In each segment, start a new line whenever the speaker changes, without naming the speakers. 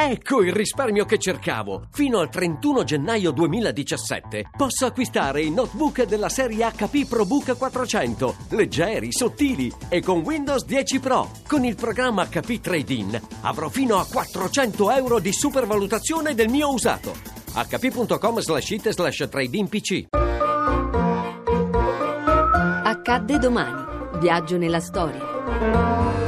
Ecco il risparmio che cercavo! Fino al 31 gennaio 2017 posso acquistare i notebook della serie HP ProBook 400, leggeri, sottili e con Windows 10 Pro. Con il programma HP Trade-in avrò fino a 400 euro di supervalutazione del mio usato. hp.com/it/trade-in-pc.
Accadde domani. Viaggio nella storia.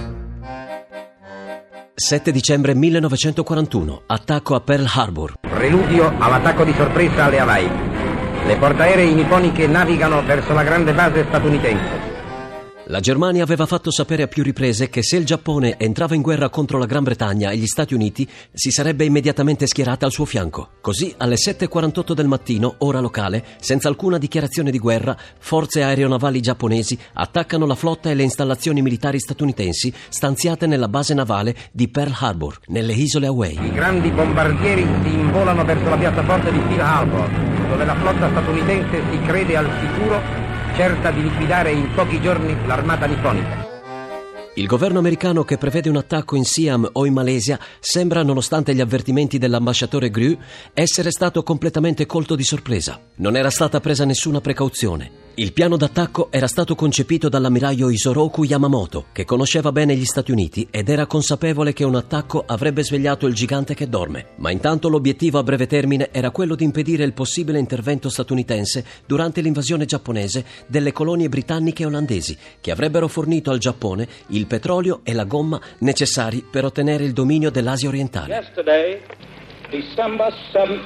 7 dicembre 1941, attacco a Pearl Harbor.
Preludio all'attacco di sorpresa alle Hawaii. Le portaerei nipponiche navigano verso la grande base statunitense.
La Germania aveva fatto sapere a più riprese che se il Giappone entrava in guerra contro la Gran Bretagna e gli Stati Uniti, si sarebbe immediatamente schierata al suo fianco. Così, alle 7:48 del mattino, ora locale, senza alcuna dichiarazione di guerra, forze aeronavali giapponesi attaccano la flotta e le installazioni militari statunitensi stanziate nella base navale di Pearl Harbor, nelle isole Hawaii.
I grandi bombardieri si involano verso la piazzaforte di Pearl Harbor, dove la flotta statunitense si crede al sicuro, certa di liquidare in pochi giorni l'armata nipponica.
Il governo americano, che prevede un attacco in Siam o in Malesia, sembra, nonostante gli avvertimenti dell'ambasciatore Grew, essere stato completamente colto di sorpresa. Non era stata presa nessuna precauzione. Il piano d'attacco era stato concepito dall'ammiraglio Isoroku Yamamoto, che conosceva bene gli Stati Uniti ed era consapevole che un attacco avrebbe svegliato il gigante che dorme. Ma intanto l'obiettivo a breve termine era quello di impedire il possibile intervento statunitense durante l'invasione giapponese delle colonie britanniche e olandesi, che avrebbero fornito al Giappone il petrolio e la gomma necessari per ottenere il dominio dell'Asia orientale.
Yesterday, December 7th,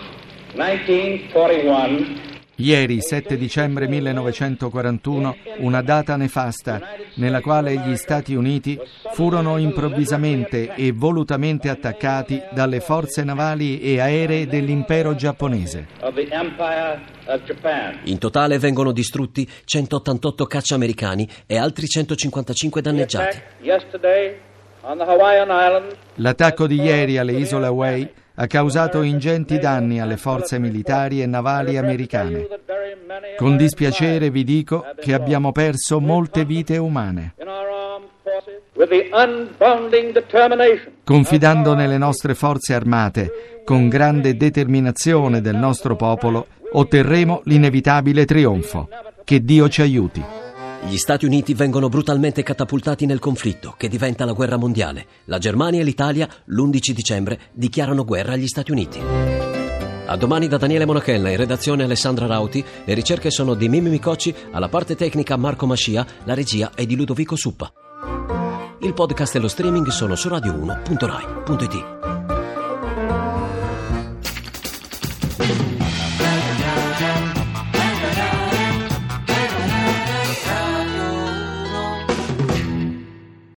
1941,
Ieri, 7 dicembre 1941, una data nefasta nella quale gli Stati Uniti furono improvvisamente e volutamente attaccati dalle forze navali e aeree dell'impero giapponese.
In totale vengono distrutti 188 caccia americani e altri 155 danneggiati.
L'attacco di ieri alle isole Hawaii ha causato ingenti danni alle forze militari e navali americane. Con dispiacere vi dico che abbiamo perso molte vite umane. Confidando nelle nostre forze armate, con grande determinazione del nostro popolo, otterremo l'inevitabile trionfo. Che Dio ci aiuti.
Gli Stati Uniti vengono brutalmente catapultati nel conflitto, che diventa la guerra mondiale. La Germania e l'Italia, l'11 dicembre, dichiarano guerra agli Stati Uniti. A domani da Daniele Monachella, in redazione Alessandra Rauti, le ricerche sono di Mimmi Micocci, alla parte tecnica Marco Mascia, la regia è di Ludovico Suppa. Il podcast e lo streaming sono su radio1.rai.it.